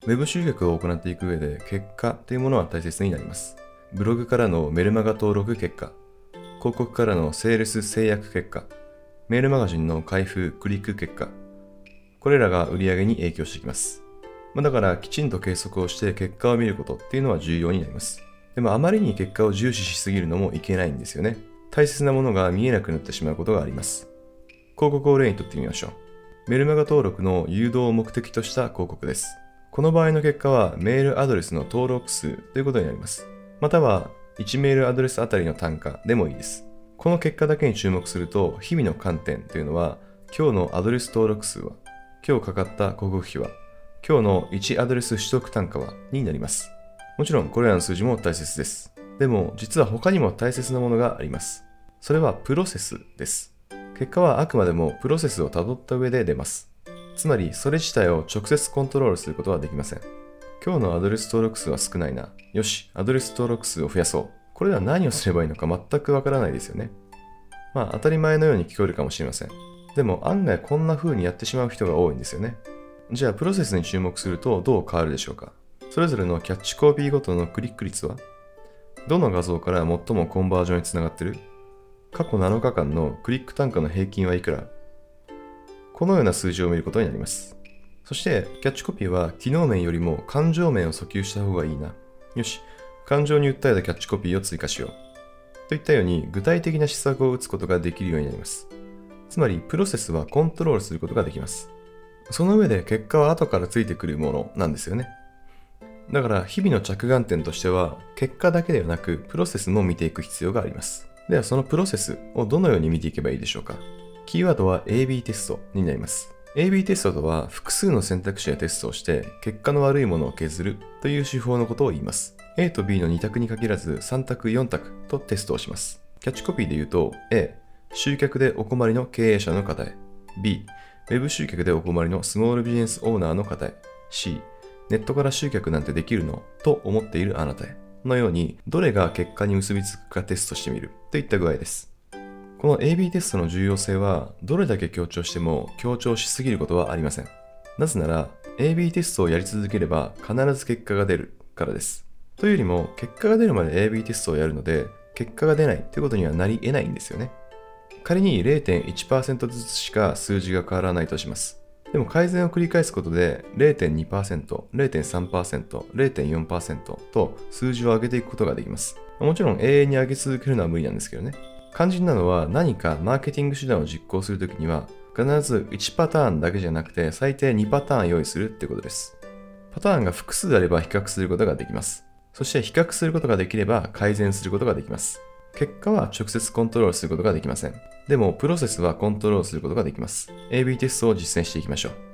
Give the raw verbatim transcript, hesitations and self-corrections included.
ウェブ集客を行っていく上で結果というものは大切になります。ブログからのメルマガ登録結果、広告からのセールス制約結果、メールマガジンの開封クリック結果、これらが売上に影響してきます。まあ、だからきちんと計測をして結果を見ることっていうのは重要になります。でもあまりに結果を重視しすぎるのもいけないんですよね。大切なものが見えなくなってしまうことがあります。広告を例にとってみましょう。メルマガ登録の誘導を目的とした広告です。この場合の結果はメールアドレスの登録数ということになります。またはいちメールアドレスあたりの単価でもいいです。この結果だけに注目すると、日々の観点というのは、今日のアドレス登録数は、今日かかった広告費は、今日のいちアドレス取得単価はになります。もちろんこれらの数字も大切です。でも実は他にも大切なものがあります。それはプロセスです。結果はあくまでもプロセスをたどった上で出ます。つまりそれ自体を直接コントロールすることはできません。今日のアドレス登録数は少ないな。よし、アドレス登録数を増やそう。これでは何をすればいいのか全くわからないですよね。まあ当たり前のように聞こえるかもしれません。でも案外こんな風にやってしまう人が多いんですよね。じゃあプロセスに注目するとどう変わるでしょうか。それぞれのキャッチコピーごとのクリック率は、どの画像から最もコンバージョンにつながっている？過去なのかかんのクリック単価の平均はいくら？このような数字を見ることになります。そして、キャッチコピーは機能面よりも感情面を訴求した方がいいな。よし、感情に訴えたキャッチコピーを追加しよう。といったように具体的な施策を打つことができるようになります。つまり、プロセスはコントロールすることができます。その上で結果は後からついてくるものなんですよね。だから日々の着眼点としては結果だけではなくプロセスも見ていく必要があります。ではそのプロセスをどのように見ていけばいいでしょうか。キーワードは エービー テストになります。エービー テストとは複数の選択肢やテストをして結果の悪いものを削るという手法のことを言います。A と B のに択に限らずさん択よん択とテストをします。キャッチコピーで言うと A、集客でお困りの経営者の方へ。 B、ウェブ集客でお困りのスモールビジネスオーナーの方へ。 C、ネットから集客なんてできるのと思っているあなたへのように、どれが結果に結びつくかテストしてみるといった具合です。この エービー テストの重要性はどれだけ強調しても強調しすぎることはありません。なぜなら エービー テストをやり続ければ必ず結果が出るからです。というよりも結果が出るまで エービー テストをやるので結果が出ないということにはなり得ないんですよね。仮に れいてんいちパーセント ずつしか数字が変わらないとします。でも改善を繰り返すことで れいてんにパーセント、れいてんさんパーセント、れいてんよんパーセント と数字を上げていくことができます。もちろん永遠に上げ続けるのは無理なんですけどね。肝心なのは何かマーケティング手段を実行するときには必ずいちパターンだけじゃなくて最低にパターン用意するってことです。パターンが複数あれば比較することができます。そして比較することができれば改善することができます。結果は直接コントロールすることができません。でもプロセスはコントロールすることができます。エービー テストを実践していきましょう。